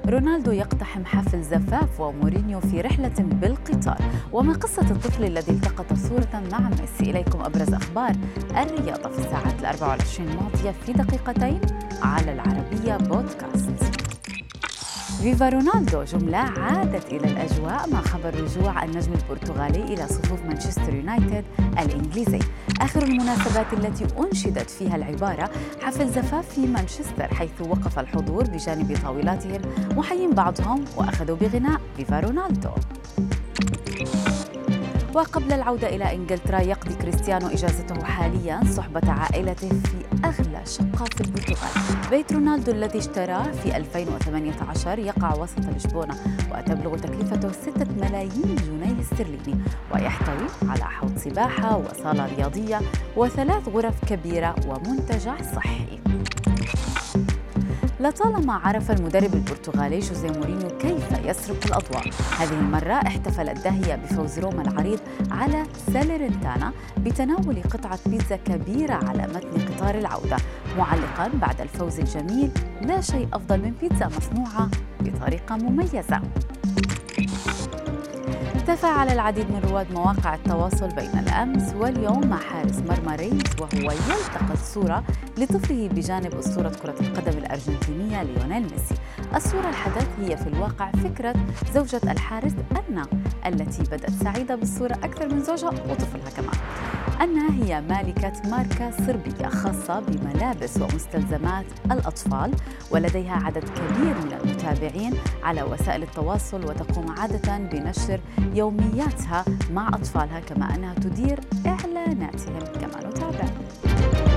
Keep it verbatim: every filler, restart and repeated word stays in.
رونالدو يقتحم حفل زفاف ومورينيو في رحلة بالقطار. وما قصة الطفل الذي التقط صورة مع ميسي؟ إليكم أبرز أخبار الرياضة في الساعات الأربع والعشرين الماضية في دقيقتين على العربية بودكاست. فيفا رونالدو، جملة عادت إلى الأجواء مع خبر رجوع النجم البرتغالي إلى صفوف مانشستر يونايتد الإنجليزي. آخر المناسبات التي أنشدت فيها العبارة حفل زفاف في مانشستر، حيث وقف الحضور بجانب طاولاتهم محيين بعضهم وأخذوا بغناء فيفا رونالدو. وقبل العودة إلى إنجلترا يقضي كريستيانو إجازته حالياً صحبة عائلته في أغلى شقة في البرتغال. بيت رونالدو الذي اشتراه في ألفين وثمانية عشر يقع وسط لشبونة، وتبلغ تكلفته ستة ملايين جنيه استرليني، ويحتوي على حوض سباحة وصالة رياضية وثلاث غرف كبيرة ومنتجع صحي. لطالما عرف المدرب البرتغالي جوزيه مورينيو كيف يسرق الأضواء. هذه المرة احتفل الداهية بفوز روما العريض على ساليرنتانا بتناول قطعة بيتزا كبيرة على متن قطار العودة، معلقاً بعد الفوز الجميل: لا شيء أفضل من بيتزا مصنوعة بطريقة مميزة. تفاعل العديد من رواد مواقع التواصل بين الأمس واليوم مع حارس مرمى ريس وهو يلتقط صورة لطفله بجانب أسطورة كرة القدم الأرجنتينية ليونيل ميسي. الصورة الحدث هي في الواقع فكرة زوجة الحارس أنا، التي بدت سعيدة بالصورة أكثر من زوجها وطفلها كمان. أنا هي مالكة ماركة صربية خاصة بملابس ومستلزمات الأطفال، ولديها عدد كبير من المتابعين على وسائل التواصل، وتقوم عادة بنشر يومياتها مع أطفالها، كما أنها تدير إعلاناتهم. كما نتابع.